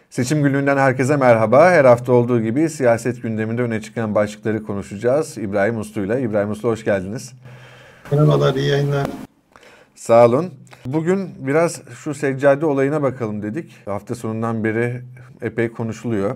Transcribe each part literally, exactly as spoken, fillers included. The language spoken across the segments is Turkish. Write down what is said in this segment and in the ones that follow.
Seçim günlüğünden herkese merhaba. Her hafta olduğu gibi siyaset gündeminde öne çıkan başlıkları konuşacağız. İbrahim Uslu'yla. İbrahim Uslu hoş geldiniz. Merhabalar, iyi yayınlar. Sağ olun. Bugün biraz şu seccade olayına bakalım dedik. Hafta sonundan beri epey konuşuluyor.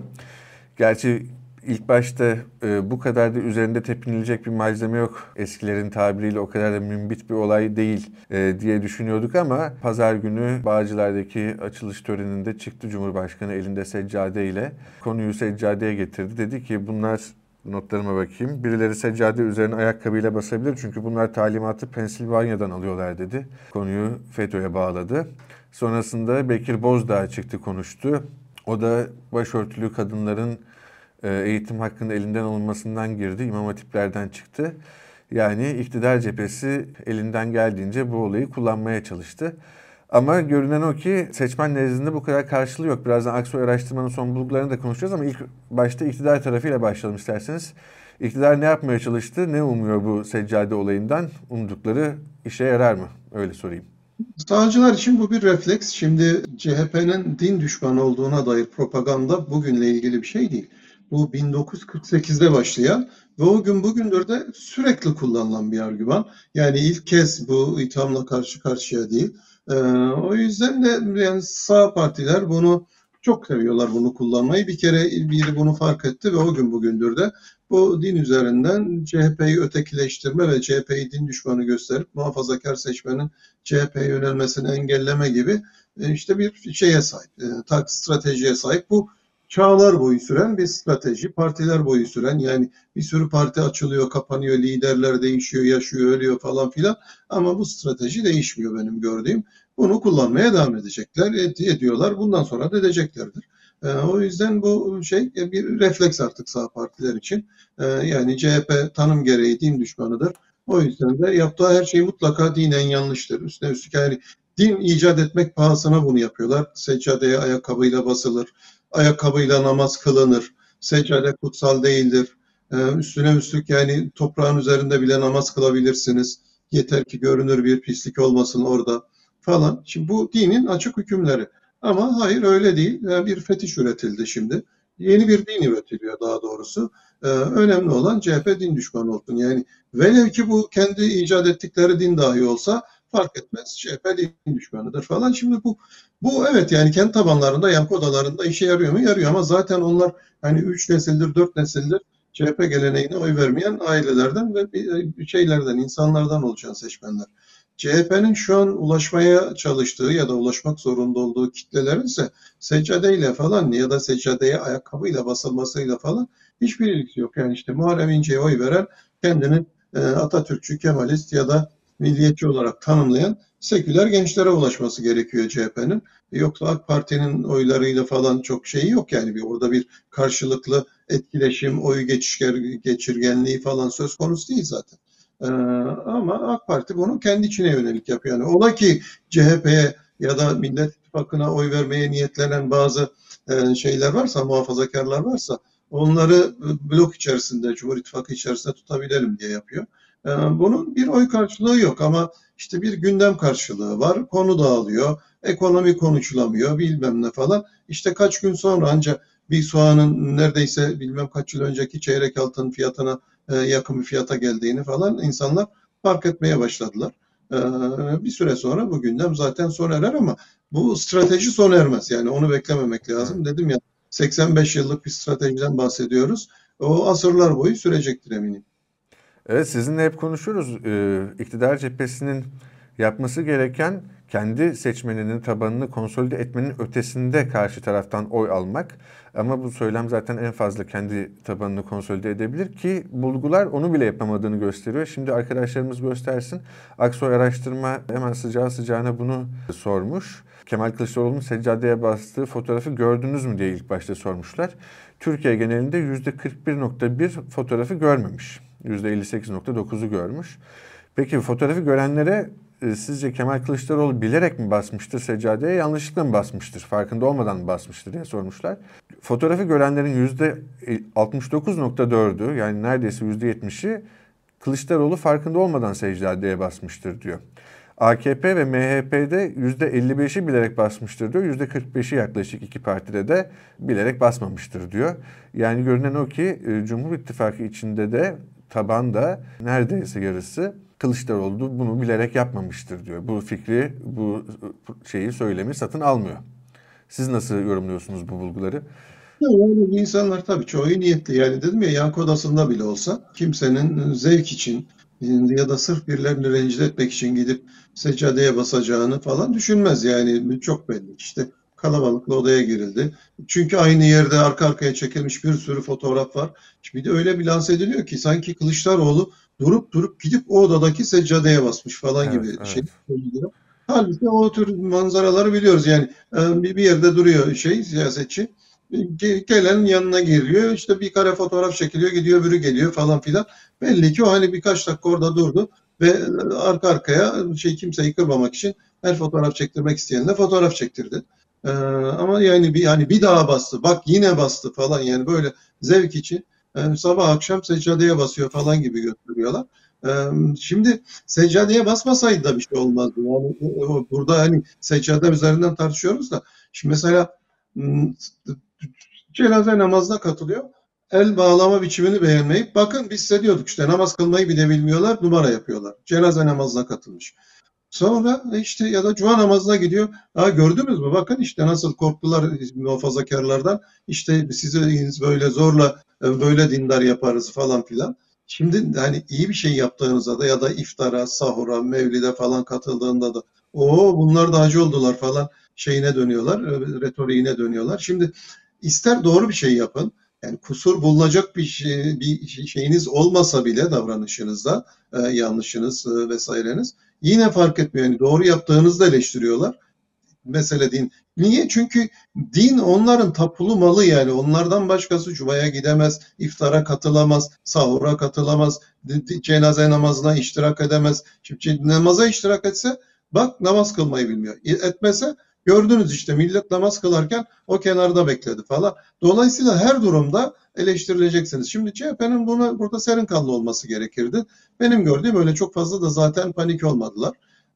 Gerçi ilk başta e, bu kadar da üzerinde tepinilecek bir malzeme yok. Eskilerin tabiriyle o kadar da mümbit bir olay değil e, diye düşünüyorduk ama pazar günü Bağcılar'daki açılış töreninde çıktı Cumhurbaşkanı elinde seccade ile konuyu seccadeye getirdi. Dedi ki bunlar, notlarıma bakayım, birileri seccade üzerine ayakkabıyla basabilir çünkü bunlar talimatı Pensilvanya'dan alıyorlar dedi. Konuyu FETÖ'ye bağladı. Sonrasında Bekir Bozdağ çıktı konuştu. O da başörtülü kadınların eğitim hakkının elinden alınmasından girdi, İmam Hatiplerden çıktı. Yani iktidar cephesi elinden geldiğince bu olayı kullanmaya çalıştı. Ama görünen o ki seçmen nezdinde bu kadar karşılığı yok. Birazdan Aksoy araştırmanın son bulgularını da konuşacağız ama ilk başta iktidar tarafıyla başlayalım isterseniz. İktidar ne yapmaya çalıştı, ne umuyor bu seccade olayından? Umdukları işe yarar mı? Öyle sorayım. Sağcılar için bu bir refleks. Şimdi C H P'nin din düşmanı olduğuna dair propaganda bugünle ilgili bir şey değil. Bu bin dokuz yüz kırk sekizde başlayan ve o gün bugündür de sürekli kullanılan bir argüman. Yani ilk kez bu ithamla karşı karşıya değil. Ee, o yüzden de yani sağ partiler bunu çok seviyorlar, bunu kullanmayı. Bir kere biri bunu fark etti ve o gün bugündür de bu din üzerinden C H P'yi ötekileştirme ve C H P'yi din düşmanı gösterip muhafazakar seçmenin C H P'ye yönelmesini engelleme gibi işte bir şeye sahip, tak stratejiye sahip. Bu çağlar boyu süren bir strateji, partiler boyu süren, yani bir sürü parti açılıyor, kapanıyor, liderler değişiyor, yaşıyor, ölüyor falan filan ama bu strateji değişmiyor benim gördüğüm. Bunu kullanmaya devam edecekler, ed- ediyorlar. Bundan sonra da edeceklerdir. E, o yüzden bu şey bir refleks artık sağ partiler için. E, yani C H P tanım gereği din düşmanıdır. O yüzden de yaptığı her şey mutlaka dinen yanlıştır. Üstüne üstlük yani din icat etmek pahasına bunu yapıyorlar. Seccadeye ayakkabıyla basılır, ayakkabıyla namaz kılınır, seccade kutsal değildir. Ee, üstüne üstlük yani toprağın üzerinde bile namaz kılabilirsiniz. Yeter ki görünür bir pislik olmasın orada falan. Şimdi bu dinin açık hükümleri. Ama hayır öyle değil. Yani bir fetiş üretildi şimdi. Yeni bir din üretiliyor daha doğrusu. Ee, önemli olan C H P din düşmanı olsun. Yani velev ki bu kendi icat ettikleri din dahi olsa fark etmez. C H P din düşmanıdır falan. Şimdi bu bu evet yani kendi tabanlarında, yankı odalarında işe yarıyor mu? Yarıyor ama zaten onlar hani üç nesildir, dört nesildir C H P geleneğine oy vermeyen ailelerden ve bir şeylerden, insanlardan oluşan seçmenler. C H P'nin şu an ulaşmaya çalıştığı ya da ulaşmak zorunda olduğu kitlelerin ise seccadeyle falan ya da seccadeye ayakkabıyla basılmasıyla falan hiçbir ilgisi yok. Yani işte Muharrem İnce'ye oy veren kendini e, Atatürkçü, Kemalist ya da milliyetçi olarak tanımlayan seküler gençlere ulaşması gerekiyor C H P'nin. Yoksa AK Parti'nin oylarıyla falan çok şeyi yok yani bir orada bir karşılıklı etkileşim, oy geçişker, geçirgenliği falan söz konusu değil zaten. Ee, ama AK Parti bunu kendi içine yönelik yapıyor. Yani ola ki C H P'ye ya da Millet İttifakı'na oy vermeye niyetlenen bazı e, şeyler varsa, muhafazakarlar varsa onları blok içerisinde, Cumhur İttifakı içerisinde tutabilelim diye yapıyor. Ee, bunun bir oy karşılığı yok ama işte bir gündem karşılığı var. Konu dağılıyor, ekonomi konuşulamıyor, bilmem ne falan. İşte kaç gün sonra ancak bir soğanın neredeyse bilmem kaç yıl önceki çeyrek altın fiyatına e, yakın bir fiyata geldiğini falan insanlar fark etmeye başladılar. Ee, bir süre sonra bu gündem zaten sona erer ama bu strateji sona ermez. Yani onu beklememek Evet. lazım. Dedim ya seksen beş yıllık bir stratejiden bahsediyoruz. O asırlar boyu sürecektir eminim. Evet, sizinle hep konuşuyoruz. Ee, iktidar cephesinin yapması gereken kendi seçmeninin tabanını konsolide etmenin ötesinde karşı taraftan oy almak. Ama bu söylem zaten en fazla kendi tabanını konsolide edebilir ki bulgular onu bile yapamadığını gösteriyor. Şimdi arkadaşlarımız göstersin. Aksoy araştırma hemen sıcağı sıcağına bunu sormuş. Kemal Kılıçdaroğlu'nun seccadeye bastığı fotoğrafı gördünüz mü diye ilk başta sormuşlar. Türkiye genelinde yüzde kırk bir nokta bir fotoğrafı görmemiş. yüzde elli sekiz nokta dokuzu görmüş. Peki fotoğrafı görenlere e, sizce Kemal Kılıçdaroğlu bilerek mi basmıştır seccadeye, yanlışlıkla mı basmıştır, farkında olmadan mı basmıştır diye sormuşlar. Fotoğrafı görenlerin yüzde altmış dokuz nokta dördü yani neredeyse yüzde yetmişi Kılıçdaroğlu farkında olmadan seccadeye basmıştır diyor. A K P ve M H P'de yüzde elli beşi bilerek basmıştır diyor. yüzde kırk beşi yaklaşık iki partide de bilerek basmamıştır diyor. Yani görünen o ki Cumhur İttifakı içinde de tabanda neredeyse yarısı Kılıçdaroğlu bunu bilerek yapmamıştır diyor. Bu fikri, bu şeyi, söylemi satın almıyor. Siz nasıl yorumluyorsunuz bu bulguları? Yani bu insanlar tabii çoğu iyi niyetli. Yani dedim ya, yankı odasında bile olsa kimsenin zevk için ya da sırf birilerini rencide etmek için gidip seccadeye basacağını falan düşünmez. Yani çok belli. İşte kalabalıkla odaya girildi. Çünkü aynı yerde arka arkaya çekilmiş bir sürü fotoğraf var. Bir de öyle bir lanse ediliyor ki sanki Kılıçdaroğlu durup durup gidip o odadaki seccadeye basmış falan Evet, gibi şey evet. söylüyor. Halbuki o tür manzaraları biliyoruz. Yani e, bir bir yerde duruyor şey siyasetçi. Ge- Gelen yanına geliyor, işte bir kare fotoğraf çekiliyor, gidiyor, öbürü geliyor falan filan. Belli ki o hani birkaç dakika orada durdu ve arka arkaya şey, kimseyi kırmamak için her fotoğraf çektirmek isteyenle fotoğraf çektirdi. Ee, ama yani bir hani bir daha bastı, bak yine bastı falan, yani böyle zevk için e, sabah akşam seccadeye basıyor falan gibi gösteriyorlar. Ee, şimdi seccadeye basmasaydı da bir şey olmazdı. Yani o- o- burada hani seccade üzerinden tartışıyoruz da, şimdi mesela m, cenaze namazına katılıyor. El bağlama biçimini beğenmeyip, bakın biz size diyorduk işte namaz kılmayı bile bilmiyorlar, numara yapıyorlar. Cenaze namazına katılmış. Sonra işte ya da cuma namazına gidiyor. Ha, gördünüz mü? Bakın işte nasıl korktular muhafazakarlardan. İşte sizi böyle zorla e, böyle dindar yaparız falan filan. Şimdi hani iyi bir şey yaptığınızda da ya da iftara, sahura, mevlide falan katıldığında da o bunlar da hacı oldular falan şeyine dönüyorlar, e, retoriğine dönüyorlar. Şimdi ister doğru bir şey yapın. Yani kusur bulunacak bir şey, bir şeyiniz olmasa bile davranışınızda, e, yanlışınız e, vesaireniz yine fark etmiyor. Yani doğru yaptığınızda eleştiriyorlar. Mesele din. Niye? Çünkü din onların tapulu malı yani. Onlardan başkası cumaya gidemez, iftara katılamaz, sahura katılamaz, cenaze namazına iştirak edemez. Şimdi namaza iştirak etse, bak namaz kılmayı bilmiyor. Etmese, gördünüz işte millet namaz kılarken o kenarda bekledi falan. Dolayısıyla her durumda eleştirileceksiniz. Şimdi C H P'nin bunu burada serin kanlı olması gerekirdi. Benim gördüğüm öyle çok fazla da zaten panik olmadılar.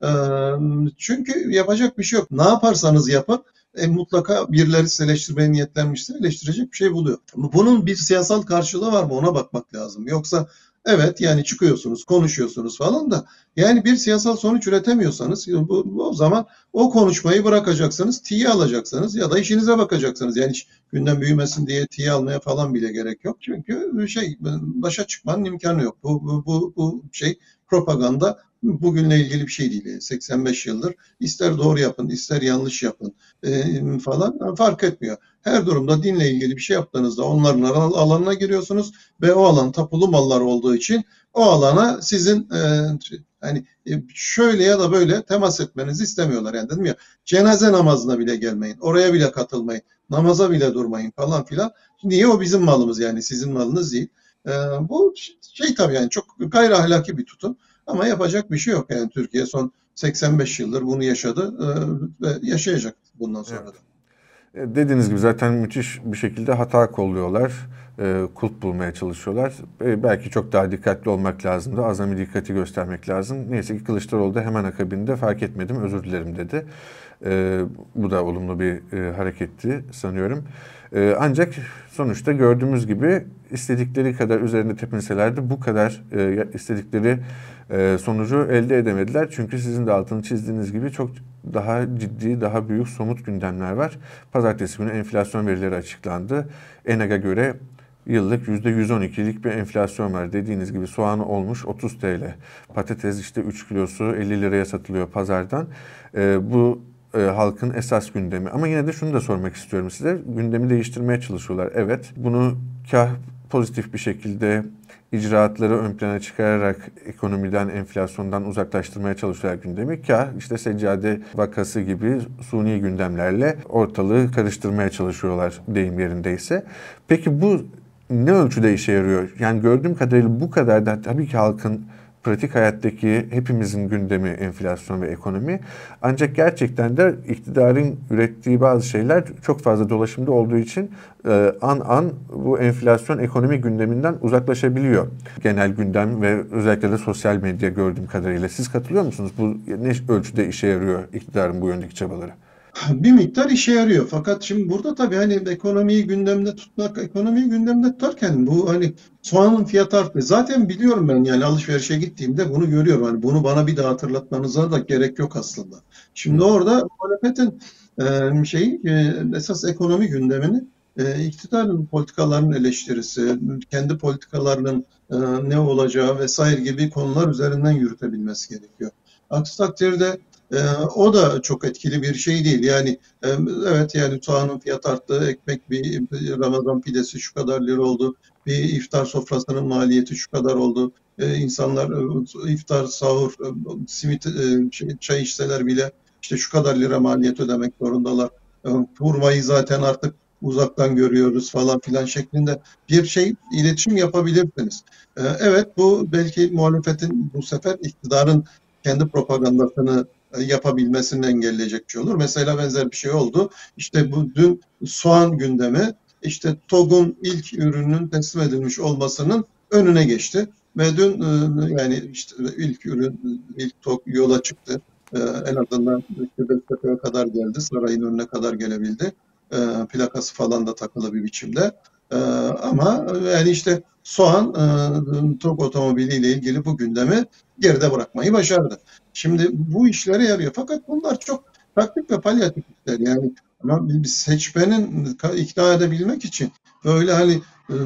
Çünkü yapacak bir şey yok. Ne yaparsanız yapın, e, mutlaka birileri sizi eleştirmeye niyetlenmiştir. Eleştirecek bir şey buluyor. Bunun bir siyasal karşılığı var mı, ona bakmak lazım. Yoksa evet, yani çıkıyorsunuz, konuşuyorsunuz falan da, yani bir siyasal sonuç üretemiyorsanız bu, bu, o zaman o konuşmayı bırakacaksınız, tiye alacaksınız ya da işinize bakacaksınız. Yani hiç gündem büyümesin diye tiye almaya falan bile gerek yok. Çünkü şey, başa çıkmanın imkanı yok. Bu, bu, bu, bu şey propaganda bugünle ilgili bir şey değil. Yani seksen beş yıldır ister doğru yapın, ister yanlış yapın e, falan fark etmiyor. Her durumda dinle ilgili bir şey yaptığınızda onların alanına giriyorsunuz ve o alan tapulu mallar olduğu için o alana sizin e, hani şöyle ya da böyle temas etmenizi istemiyorlar. Yani dedim ya, cenaze namazına bile gelmeyin, oraya bile katılmayın, namaza bile durmayın falan filan. Niye? O bizim malımız, yani sizin malınız değil. E, bu şey tabii, yani çok gayri ahlaki bir tutum. Ama yapacak bir şey yok. Yani Türkiye son seksen beş yıldır bunu yaşadı e, ve yaşayacak bundan sonra Evet. da. Dediğiniz gibi zaten müthiş bir şekilde hata kolluyorlar. E, kulp bulmaya çalışıyorlar. E, belki çok daha dikkatli olmak lazımdı. Azami dikkati göstermek lazım. Neyse ki Kılıçdaroğlu da hemen akabinde fark etmedim, özür dilerim dedi. E, bu da olumlu bir e, hareketti sanıyorum. E, ancak sonuçta gördüğümüz gibi istedikleri kadar üzerinde tepinseler de bu kadar e, istedikleri e, sonucu elde edemediler. Çünkü sizin de altını çizdiğiniz gibi çok daha ciddi, daha büyük somut gündemler var. Pazartesi günü enflasyon verileri açıklandı. ENAG'a göre yıllık yüzde yüz on ikilik bir enflasyon var. Dediğiniz gibi soğanı olmuş otuz TL. Patates işte üç kilosu elli liraya satılıyor pazardan. E, bu e, halkın esas gündemi. Ama yine de şunu da sormak istiyorum size. Gündemi değiştirmeye çalışıyorlar. Evet, bunu kah pozitif bir şekilde icraatları ön plana çıkararak ekonomiden, enflasyondan uzaklaştırmaya çalışıyorlar gündemi. Kah işte seccade vakası gibi suni gündemlerle ortalığı karıştırmaya çalışıyorlar deyim yerindeyse. Peki bu ne ölçüde işe yarıyor? Yani gördüğüm kadarıyla bu kadar da tabii ki halkın pratik hayattaki hepimizin gündemi enflasyon ve ekonomi. Ancak gerçekten de iktidarın ürettiği bazı şeyler çok fazla dolaşımda olduğu için e, an an bu enflasyon ekonomi gündeminden uzaklaşabiliyor. Genel gündem ve özellikle de sosyal medya gördüğüm kadarıyla. Siz katılıyor musunuz? Bu ne ölçüde işe yarıyor iktidarın bu yöndeki çabaları? Bir miktar işe yarıyor. Fakat şimdi burada tabii hani ekonomiyi gündemde tutmak, ekonomiyi gündemde tutarken bu hani soğanın fiyatı arttı. Zaten biliyorum ben yani alışverişe gittiğimde bunu görüyorum. Hani bunu bana bir daha hatırlatmanıza da gerek yok aslında. Şimdi Hı. orada muhalefetin e, şeyi e, esas ekonomi gündemini e, iktidarın politikalarının eleştirisi, kendi politikalarının e, ne olacağı vesaire gibi konular üzerinden yürütebilmesi gerekiyor. Aksi takdirde ee, o da çok etkili bir şey değil. Yani e, evet yani soğanın fiyatı arttı, ekmek bir, bir Ramazan pidesi şu kadar lira oldu, bir iftar sofrasının maliyeti şu kadar oldu. Ee, insanlar e, iftar, sahur, e, simit, e, şey, çay içseler bile işte şu kadar lira maliyet ödemek zorundalar. E, hurmayı zaten artık uzaktan görüyoruz falan filan şeklinde bir şey iletişim yapabilirsiniz. E, evet bu belki muhalefetin bu sefer iktidarın kendi propagandasını yapabilmesini engelleyecek bir şey olur. Mesela benzer bir şey oldu. İşte bu dün soğan gündemi işte TOG'un ilk ürünün teslim edilmiş olmasının önüne geçti. Ve dün yani işte ilk ürün, ilk TOG yola çıktı. En azından Beştepe'ye kadar geldi. Sarayın önüne kadar gelebildi. Plakası falan da takılı bir biçimde. Ama yani işte soğan TOG otomobiliyle ilgili bu gündemi geride bırakmayı başardı. Şimdi bu işlere yarıyor. Fakat bunlar çok taktik ve palyatif işler. Yani ama bir seçmenin ikna edebilmek için böyle hani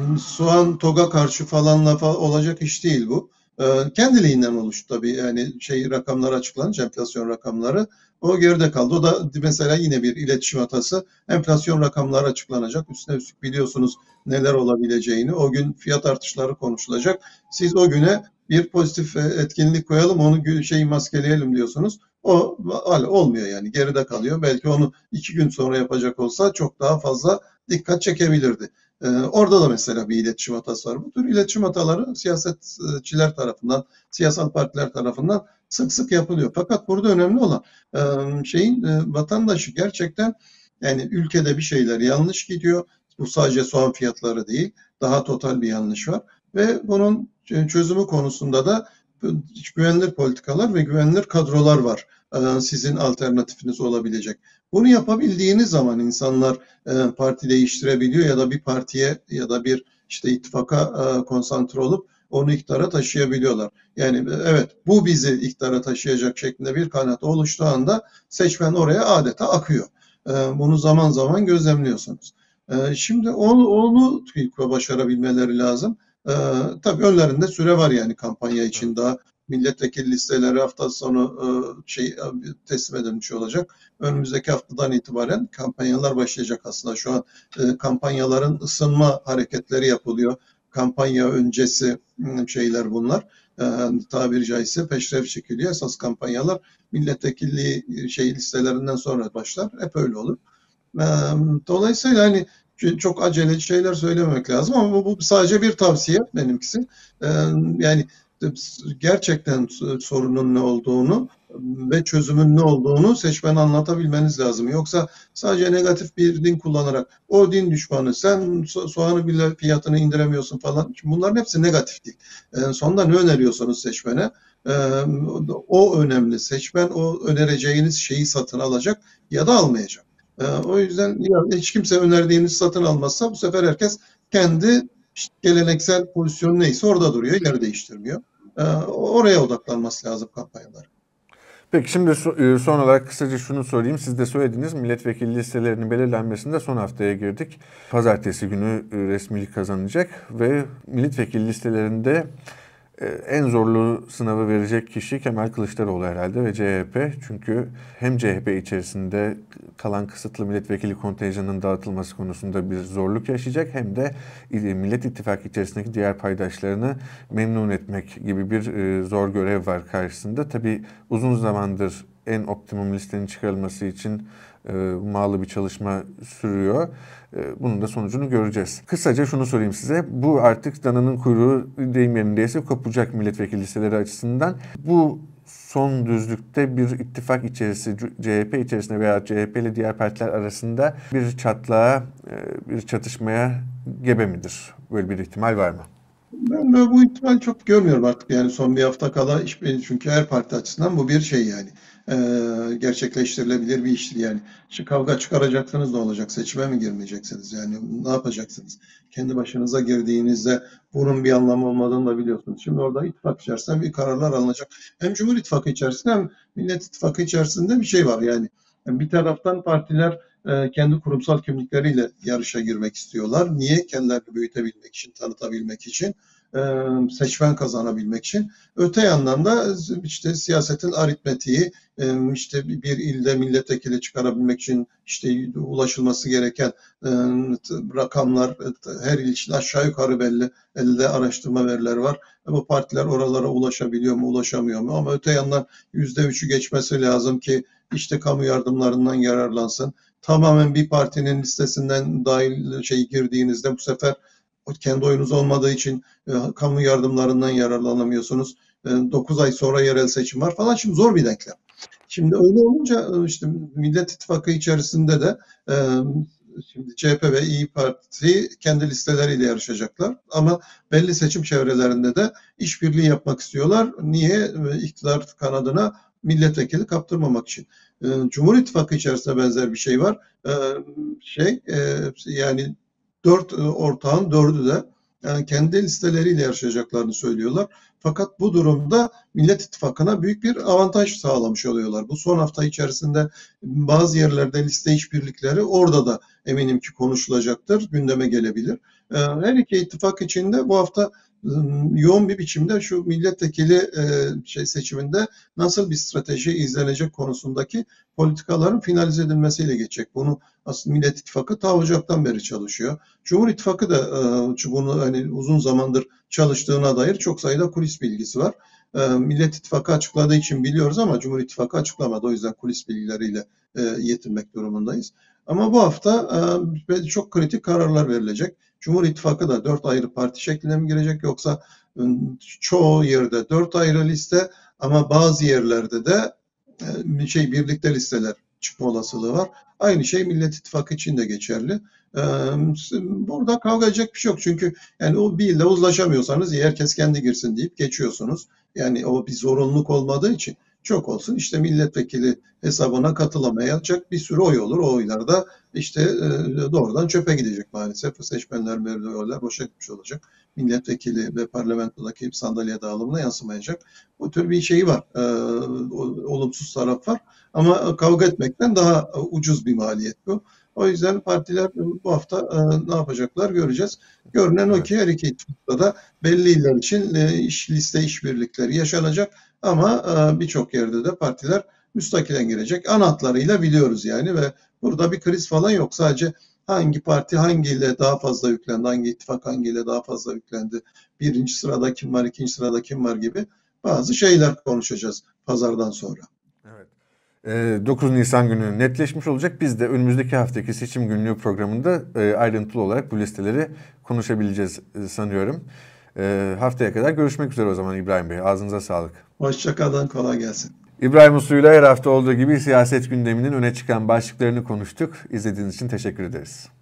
soğan TOG'a karşı falanla falan olacak iş değil bu. Kendiliğinden oluştu tabii. Yani şey rakamlar açıklanınca enflasyon rakamları o geride kaldı. O da mesela yine bir iletişim hatası. Enflasyon rakamları açıklanacak. Üstüne üstlük biliyorsunuz neler olabileceğini. O gün fiyat artışları konuşulacak. Siz o güne bir pozitif etkinlik koyalım, onu şeyi maskeleyelim diyorsunuz. O olmuyor yani geride kalıyor. Belki onu iki gün sonra yapacak olsa çok daha fazla dikkat çekebilirdi. Ee, orada da mesela bir iletişim hatası var. Bu tür iletişim hataları siyasetçiler tarafından, siyasal partiler tarafından sık sık yapılıyor. Fakat burada önemli olan e, şeyin e, vatandaşı gerçekten yani ülkede bir şeyler yanlış gidiyor. Bu sadece soğan fiyatları değil, daha total bir yanlış var. Ve bunun çözümü konusunda da güvenilir politikalar ve güvenilir kadrolar var. Sizin alternatifiniz olabilecek. Bunu yapabildiğiniz zaman insanlar parti değiştirebiliyor ya da bir partiye ya da bir işte ittifaka konsantre olup onu iktidara taşıyabiliyorlar. Yani evet bu bizi iktidara taşıyacak şeklinde bir kanaat oluştuğu anda seçmen oraya adeta akıyor. Bunu zaman zaman gözlemliyorsunuz. Şimdi onu, onu başarabilmeleri lazım. Ee, tabii önlerinde süre var yani kampanya için daha milletvekili listeleri hafta sonu e, şey teslim edilmiş olacak. Önümüzdeki haftadan itibaren kampanyalar başlayacak aslında. Şu an e, kampanyaların ısınma hareketleri yapılıyor. Kampanya öncesi şeyler bunlar. E, tabiri caizse peşref çekiliyor. Esas kampanyalar milletvekilliği şey listelerinden sonra başlar. Hep öyle olur. E, dolayısıyla hani çok acele şeyler söylememek lazım ama bu sadece bir tavsiye benimkisi. Ee, yani gerçekten sorunun ne olduğunu ve çözümün ne olduğunu seçmene anlatabilmeniz lazım. Yoksa sadece negatif bir din kullanarak o din düşmanı sen soğanı bile fiyatını indiremiyorsun falan. Bunların hepsi negatif değil. Ee, sonunda ne öneriyorsanız seçmene o önemli. Seçmen o önereceğiniz şeyi satın alacak ya da almayacak. O yüzden hiç kimse önerdiğiniz satın almazsa bu sefer herkes kendi işte geleneksel pozisyonu neyse orada duruyor, yer değiştirmiyor. Oraya odaklanması lazım kampanyalar. Peki şimdi son olarak kısaca şunu sorayım. Siz de söylediniz milletvekili listelerinin belirlenmesinde son haftaya girdik. Pazartesi günü resmilik kazanacak ve milletvekili listelerinde en zorlu sınavı verecek kişi Kemal Kılıçdaroğlu herhalde ve C H P. Çünkü hem C H P içerisinde kalan kısıtlı milletvekili kontenjanının dağıtılması konusunda bir zorluk yaşayacak hem de Millet İttifakı içerisindeki diğer paydaşlarını memnun etmek gibi bir zor görev var karşısında. Tabii uzun zamandır en optimum listenin çıkarılması için Hummalı bir çalışma sürüyor. Bunun da sonucunu göreceğiz. Kısaca şunu sorayım size. Bu artık dananın kuyruğu deyim yerindeyse kopacak milletvekili listeleri açısından. Bu son düzlükte bir ittifak içerisi, C H P içerisinde veya C H P ile diğer partiler arasında bir çatlağa, bir çatışmaya gebe midir? Böyle bir ihtimal var mı? Ben de bu ihtimali çok görmüyorum artık. Yani son bir hafta kala iş, çünkü her parti açısından bu bir şey yani. Ee, gerçekleştirilebilir bir iştir yani. Şu kavga çıkaracaksınız ne olacak? Seçime mi girmeyeceksiniz? Yani ne yapacaksınız? Kendi başınıza girdiğinizde bunun bir anlamı olmadığını da biliyorsunuz. Şimdi orada ittifak içerisinde bir kararlar alınacak. Hem Cumhur İttifakı içerisinde hem Millet İttifakı içerisinde bir şey var yani. Yani bir taraftan partiler e, kendi kurumsal kimlikleriyle yarışa girmek istiyorlar. Niye? Kendilerini büyütebilmek için, tanıtabilmek için, e, seçmen kazanabilmek için. Öte yandan da işte siyasetin aritmetiği, e, işte bir ilde milletvekili çıkarabilmek için işte ulaşılması gereken e, rakamlar her il için aşağı yukarı belli. Elde araştırma verileri var. Bu partiler oralara ulaşabiliyor mu, ulaşamıyor mu? Ama öte yandan yüzde üçü geçmesi lazım ki işte kamu yardımlarından yararlansın. Tamamen bir partinin listesinden dahil şey girdiğinizde bu sefer kendi oyunuz olmadığı için e, kamu yardımlarından yararlanamıyorsunuz. E, dokuz ay sonra yerel seçim var falan. Şimdi zor bir denklem. Şimdi öyle olunca işte Millet İttifakı içerisinde de e, şimdi C H P ve İYİ Parti kendi listeleriyle yarışacaklar. Ama belli seçim çevrelerinde de işbirliği yapmak istiyorlar. Niye? İktidar kanadına milletvekili kaptırmamak için. Ee, Cumhur İttifakı içerisinde benzer bir şey var. Ee, şey e, yani dört e, ortağın dördü de yani kendi listeleriyle yarışacaklarını söylüyorlar. Fakat bu durumda Millet İttifakı'na büyük bir avantaj sağlamış oluyorlar. Bu son hafta içerisinde bazı yerlerde liste işbirlikleri orada da eminim ki konuşulacaktır, gündeme gelebilir. Her iki ittifak içinde bu hafta yoğun bir biçimde şu milletvekili şey seçiminde nasıl bir strateji izlenecek konusundaki politikaların finalize edilmesiyle geçecek. Bunu aslında Millet İttifakı ta Ocak'tan beri çalışıyor. Cumhur İttifakı da bunu hani uzun zamandır çalıştığına dair çok sayıda kulis bilgisi var. Millet İttifakı açıkladığı için biliyoruz ama Cumhur İttifakı açıklamadı. O yüzden kulis bilgileriyle yetinmek durumundayız. Ama bu hafta çok kritik kararlar verilecek. Cumhur İttifakı da dört ayrı parti şekline mi girecek yoksa çoğu yerde dört ayrı liste ama bazı yerlerde de şey birlikte listeler çıkma olasılığı var. Aynı şey Millet İttifakı için de geçerli. Burada kavga edecek bir şey yok. Çünkü yani o bir ilde uzlaşamıyorsanız herkes kendi girsin deyip geçiyorsunuz. Yani o bir zorunluluk olmadığı için çok olsun işte milletvekili hesabına katılamayacak bir sürü oy olur. O oylar da işte doğrudan çöpe gidecek maalesef. Seçmenler verdiği oylar boşa gitmiş olacak. Milletvekili ve parlamentodaki sandalye dağılımına yansımayacak. Bu tür bir şey var. Olumsuz taraf var. Ama kavga etmekten daha ucuz bir maliyet bu. O yüzden partiler bu hafta e, ne yapacaklar göreceğiz. Görünen o ki her iki ittifakta da belli iller için e, iş, liste işbirlikleri yaşanacak. Ama e, birçok yerde de partiler müstakilen girecek. Ana hatlarıyla biliyoruz yani ve burada bir kriz falan yok. Sadece hangi parti hangiyle daha fazla yüklendi, hangi ittifak hangiyle daha fazla yüklendi, birinci sırada kim var, ikinci sırada kim var gibi bazı şeyler konuşacağız pazardan sonra. Evet. dokuz Nisan günü netleşmiş olacak. Biz de önümüzdeki haftaki seçim günlüğü programında ayrıntılı olarak bu listeleri konuşabileceğiz sanıyorum. Haftaya kadar görüşmek üzere o zaman İbrahim Bey. Ağzınıza sağlık. Hoşça kalın, kolay gelsin. İbrahim Uslu'yla her hafta olduğu gibi siyaset gündeminin öne çıkan başlıklarını konuştuk. İzlediğiniz için teşekkür ederiz.